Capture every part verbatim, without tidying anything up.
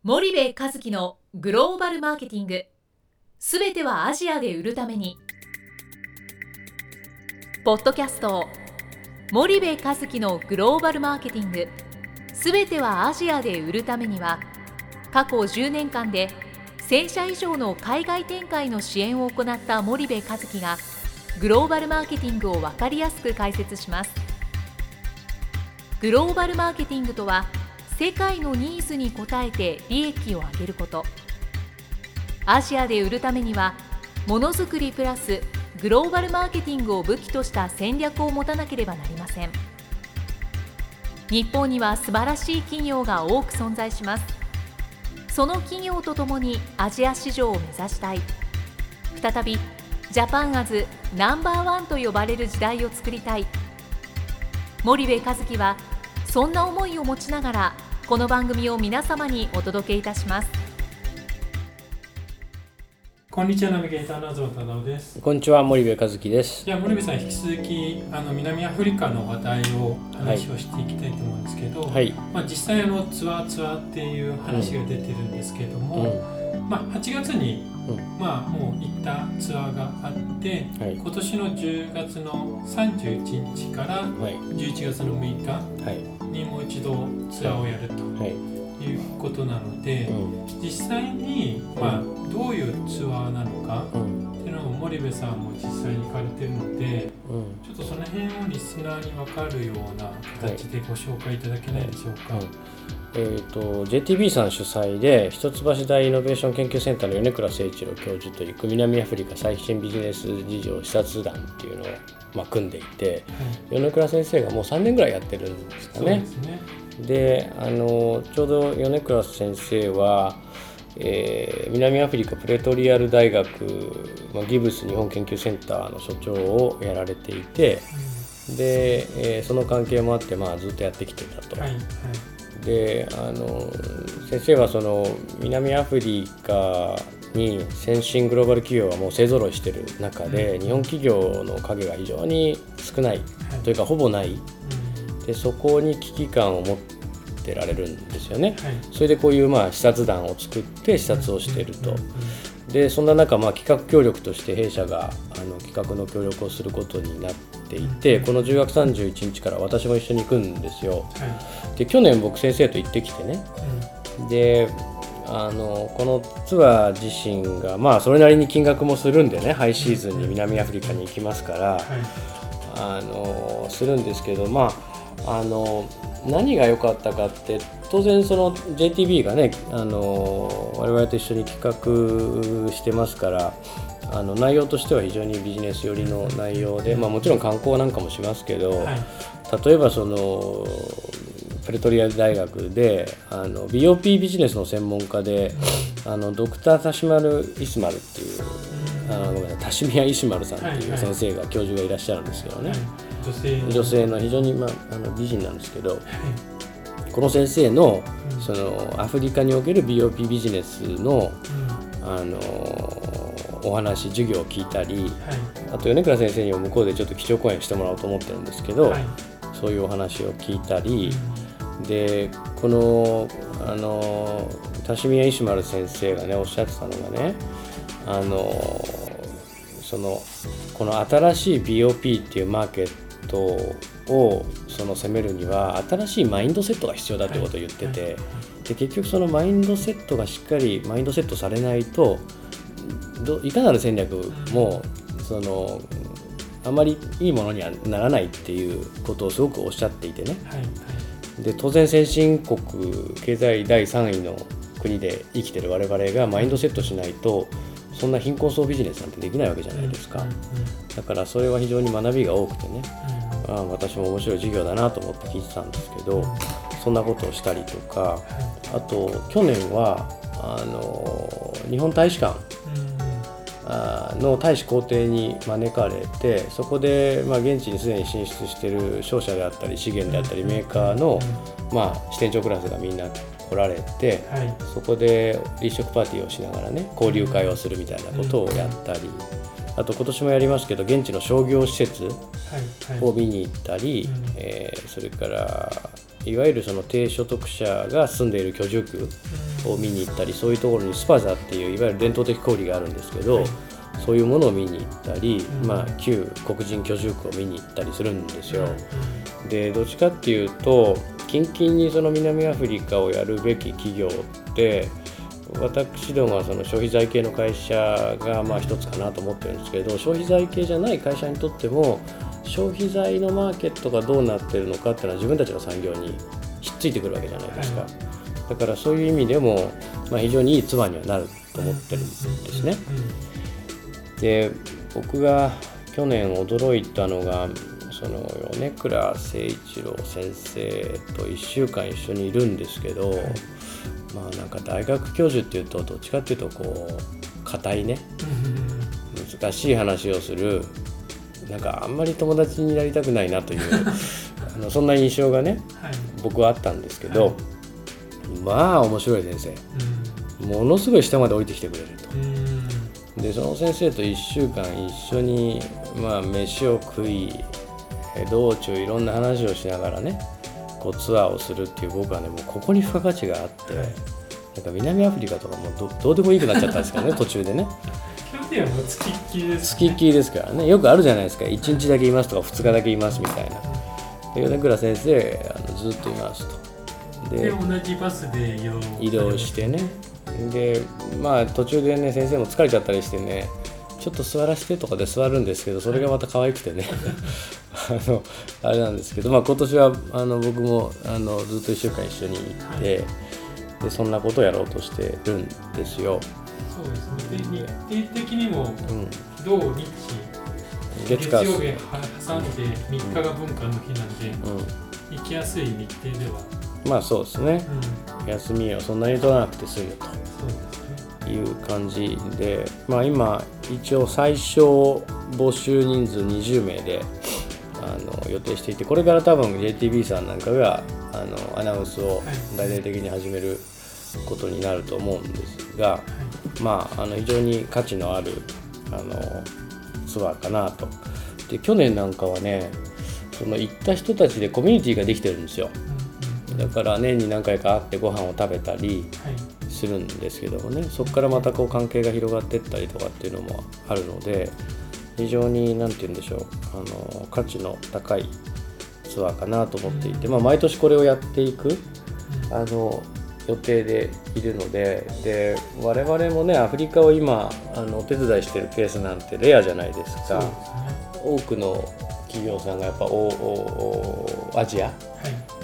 森部一樹のグローバルマーケティング、すべてはアジアで売るために。ポッドキャスト森部一樹のグローバルマーケティング、すべてはアジアで売るためには、過去じゅうねんかんでせんしゃ以上の海外展開の支援を行った森部一樹がグローバルマーケティングを分かりやすく解説します。グローバルマーケティングとは、世界のニーズに応えて利益を上げること。アジアで売るためには、ものづくりプラスグローバルマーケティングを武器とした戦略を持たなければなりません。日本には素晴らしい企業が多く存在します。その企業とともにアジア市場を目指したい。再びジャパンアズナンバーワンと呼ばれる時代を作りたい。森部一樹はそんな思いを持ちながら、この番組を皆様にお届けいたします。 こんにちは、ナビゲーターの東忠夫です。 こんにちは、森部一樹です。 じゃあ森部さん、引き続きあの南アフリカの話題を話をしていきたいと思うんですけど、 はい、まあ、実際あのツアーツアーっていう話が出てるんですけども、うんまあ、はちがつに、うんまあ、もう行ったツアーがあって、はい、今年のじゅうがつのさんじゅういちにちからじゅういちがつのむいかにもう一度ツアーをやるということなので、うん、実際に、まあ、どういうツアーなのか、うん、っていうのを森部さんも実際に行かれてるので、うん、ちょっとその辺をリスナーに分かるような形でご紹介いただけないでしょうか。はいはいえー、と ジェイティービー さん主催で一橋大イノベーション研究センターの米倉誠一郎教授という南アフリカ最新ビジネス事情視察団っていうのを、まあ、組んでいて、はい、米倉先生がもうさんねんぐらいやってるんですかね。そうですね。であのちょうど米倉先生は、えー、南アフリカプレトリアル大学、まあ、ギブス日本研究センターの所長をやられていて、うん、で、えー、その関係もあって、まあ、ずっとやってきてたと。はいはいであの先生はその南アフリカに先進グローバル企業がもう勢ぞろいしている中で、うん、日本企業の影が非常に少ない、はい、というかほぼない、うん、でそこに危機感を持ってられるんですよね、はい、それでこういうまあ視察団を作って視察をしていると、うんうんうん、でそんな中、まあ、企画協力として弊社があの企画の協力をすることになっていて、うん、このじゅうがつさんじゅういちにちから私も一緒に行くんですよ、はい、で去年僕先生と行ってきてね、うん、であのこのツアー自身が、まあ、それなりに金額もするんでね、ハイシーズンに南アフリカに行きますから、うん、あのするんですけど、まあ、あの何が良かったかって当然その ジェイティービー がねあの我々と一緒に企画してますからあの内容としては非常にビジネス寄りの内容で、まあ、もちろん観光なんかもしますけど、はい、例えばそのプレトリア大学であの ビーオーピー ビジネスの専門家であのドクタータシマル・イスマルっていうあのごめんなさいタシミヤ・イスマルさんっていう先生が、はいはい、教授がいらっしゃるんですけどね、はい、女性の、女性の非常に、まあ、あの美人なんですけど、はい、この先生 の, そのアフリカにおける ビーオーピー ビジネス の、うん、あのお話授業を聞いたり、はい、あと米倉先生にも向こうでちょっと基調講演してもらおうと思ってるんですけど、はい、そういうお話を聞いたり、うん、でこのあのタシミヤ・イシマル先生がねおっしゃってたのがねあのそのこの新しい ビーオーピー っていうマーケットをその攻めるには新しいマインドセットが必要だってことを言ってて、はいはい、で結局そのマインドセットがしっかりマインドセットされないとどいかなる戦略もそのあまりいいものにはならないっていうことをすごくおっしゃっていてね、はいはい、で当然先進国経済だいさんいの国で生きてる我々がマインドセットしないとそんな貧困層ビジネスなんてできないわけじゃないですか、うんうんうん、だからそれは非常に学びが多くてね、うん、あ私も面白い授業だなと思って聞いてたんですけど、うん、そんなことをしたりとか、あと去年はあの日本大使館の大使公邸に招かれて、そこで、まあ、現地にすでに進出している商社であったり資源であったりメーカーの、まあ、支店長クラスがみんな来られて、はい、そこで立食パーティーをしながらね交流会をするみたいなことをやったり、あと今年もやりますけど現地の商業施設を見に行ったり、はいはいえー、それからいわゆるその低所得者が住んでいる居住区を見に行ったり、そういうところにスパザっていういわゆる伝統的小売があるんですけど、 はい、 そういうものを見に行ったり、 うん、 まあ、旧黒人居住区を見に行ったりするんですよ、 うん、 でどっちかっていうと近々にその南アフリカをやるべき企業って私どもはその消費財系の会社がまあ一つかなと思ってるんですけど、消費財系じゃない会社にとっても消費財のマーケットがどうなってるのかっていうのは自分たちの産業にひっついてくるわけじゃないですか、はい、だからそういう意味でも、まあ、非常にいいツアーにはなると思ってるんですね。で僕が去年驚いたのがその米倉誠一郎先生といっしゅうかん一緒にいるんですけど、まあなんか大学教授っていうとどっちかっていうとこう硬いね、難しい話をする、なんかあんまり友達になりたくないなというあのそんな印象がね、はい、僕はあったんですけど、はい、まあ面白い先生、ものすごい下まで降りてきてくれると。でその先生といっしゅうかん一緒にまあ飯を食い、道中いろんな話をしながらねこうツアーをするっていう、僕はねもうここに付加価値があって、なんか南アフリカとかも ど, どうでもいいくなっちゃったんですからね途中でね。 基本的にはもう付きっきりですね。 付きっきりですからね。よくあるじゃないですか、いちにちだけいますとかふつかだけいますみたいな。で米倉先生あのずっといますと。 で, で同じバスで移動移動してね、でまあ途中でね先生も疲れちゃったりしてね、ちょっと座らせてとかで座るんですけど、それがまた可愛くてねあのあれなんですけど、まあ、今年はあの僕もあのずっといっしゅうかん一緒にいて、でそんなことをやろうとしてるんですよ。 そうですね。で日程的にも、うん、土日月月曜日挟んでみっかが文化の日なんで、うん、行きやすい日程ではまあそうですね、うん、休みをそんなに取らなくて済むという感じで、まあ、今一応最小募集人数にじゅうめいであの予定していて、これから多分 ジェイティービー さんなんかがあのアナウンスを大々的に始めることになると思うんですが、はい、まあ、あの非常に価値のあるあのツアーかなと。で去年なんかはね、その行った人たちでコミュニティができてるんですよ。だから年に何回か会ってご飯を食べたりするんですけどもね、そこからまたこう関係が広がっていったりとかっていうのもあるので、非常に何て言うんでしょう、あの価値の高いツアーかなと思っていて、まあ、毎年これをやっていくあの予定でいるので、で我々もねアフリカを今あのお手伝いしてるケースなんてレアじゃないですか。多くの企業さんがやっぱおおアジア、はい、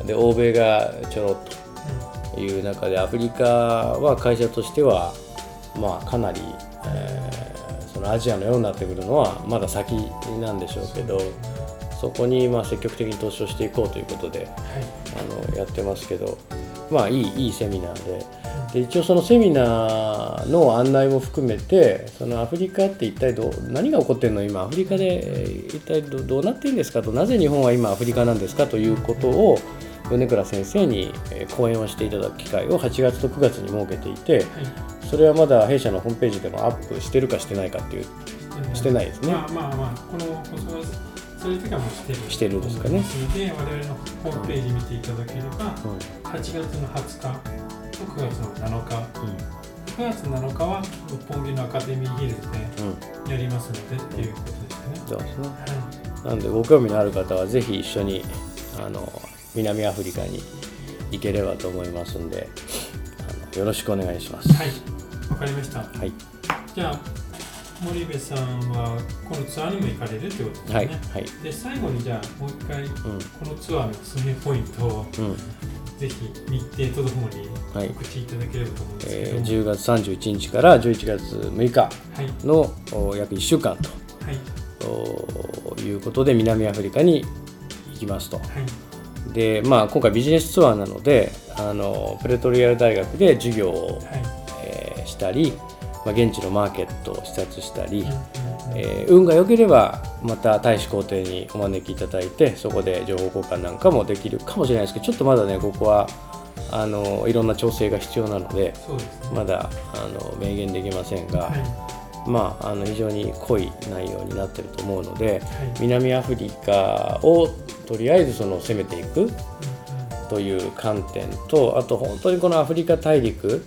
で欧米がちょろっという中で、アフリカは会社としてはまあかなり、えー、そのアジアのようになってくるのはまだ先なんでしょうけど、そこにまあ積極的に投資をしていこうということで、はい、あのやってますけど、まあいいいいセミナーで、で一応そのセミナーの案内も含めて、そのアフリカって一体どう何が起こってるの、今アフリカで一体 ど, どうなってるんですかと、なぜ日本は今アフリカなんですかということを米倉先生に講演をしていただく機会をはちがつとくがつに設けていて、それはまだ弊社のホームページでもアップしてるかしてないかっていう、してないですね。 まあまあまあ、この放送はそういう時はもうしてるしてるですかね。 で我々のホームページ見ていただければ、うん、はちがつのはつかとくがつのなのか、うん、くがつなのかは六本木のアカデミーヒルズでやりますので、うん、っていうことですね。 そうですね。はい、なのでご興味のある方はぜひ一緒にあの南アフリカに行ければと思いますので、あのよろしくお願いします。 はい、わかりました。はい。じゃあ森部さんはこのツアーにも行かれるってことですね。はいはい、で最後にじゃあもう一回、うん、このツアーのおすすめポイントを、うん、ぜひ日程とともにお口いただければと思うんですけども、はい、えー、じゅうがつさんじゅういちにちからじゅういちがつむいかの、はい、約いっしゅうかんと、はい、いうことで南アフリカに行きますと。はい、でまあ、今回ビジネスツアーなのであのプレトリアル大学で授業を、はい、えー、したり、まあ、現地のマーケットを視察したり、うんうんうん、えー、運が良ければまた大使公邸にお招きいただいて、そこで情報交換なんかもできるかもしれないですけど、ちょっとまだねここはあのいろんな調整が必要なの で, そうです、ね、まだあの明言できませんが、はい、まあ、あの非常に濃い内容になっていると思うので、はい、南アフリカをとりあえずその攻めていくという観点と、あと本当にこのアフリカ大陸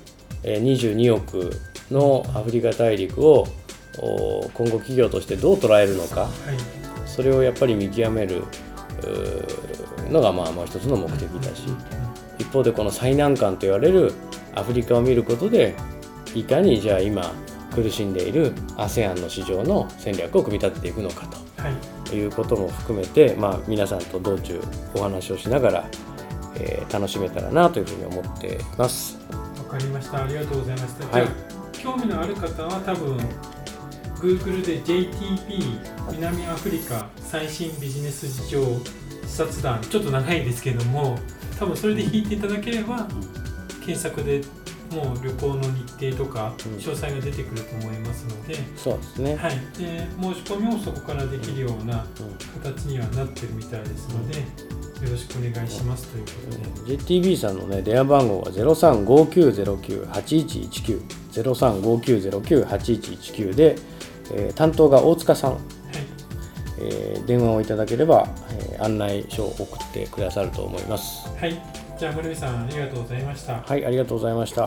にじゅうにおくのアフリカ大陸を今後企業としてどう捉えるのか、はい、それをやっぱり見極めるのがまあもう一つの目的だし、一方でこの最難関と言われるアフリカを見ることでいかにじゃあ今苦しんでいる アセアン の市場の戦略を組み立てていくのかということも含めて、まあ、皆さんと道中お話をしながら、えー、楽しめたらなというふうに思っています。 わかりました。ありがとうございました。 はい、 じゃあ興味のある方は多分 Google で ジェイティーピー 南アフリカ最新ビジネス事情視察団、ちょっと長いですけども、多分それで引いていただければ検索でもう旅行の日程とか詳細が出てくると思いますので、 うん、そうですね、 はい、で申し込みもそこからできるような形にはなってるみたいですので、よろしくお願いしますということで、 ジェイティービー さんの、ね、電話番号は ゼロさんごきゅうゼロきゅうはちいちいちきゅう ゼロさんごきゅうゼロきゅうはちいちいちきゅうで、えー、担当が大塚さん、はい、えー、電話をいただければ、えー、案内書を送ってくださると思います。 はい、じゃあ森部さんありがとうございました。 はい、ありがとうございました。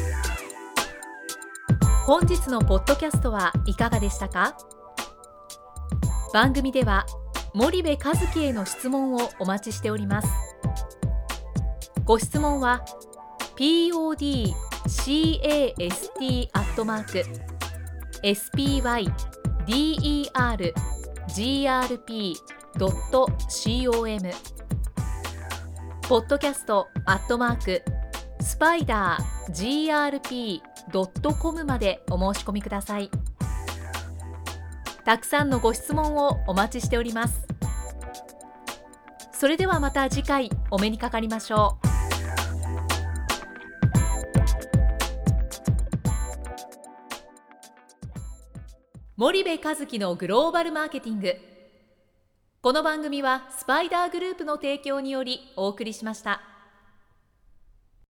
本日のポッドキャストはいかがでしたか？番組では森部一樹への質問をお待ちしております。ご質問は ピーオーディーキャスト アットマーク エスピーワイディーイーアールジーアールピー ドット コム ポッドキャストアットマークスパイダー ジーアールピー ドット コム までお申し込みください。たくさんのご質問をお待ちしております。それではまた次回お目にかかりましょう。森部一樹のグローバルマーケティング。この番組はスパイダーグループの提供によりお送りしました。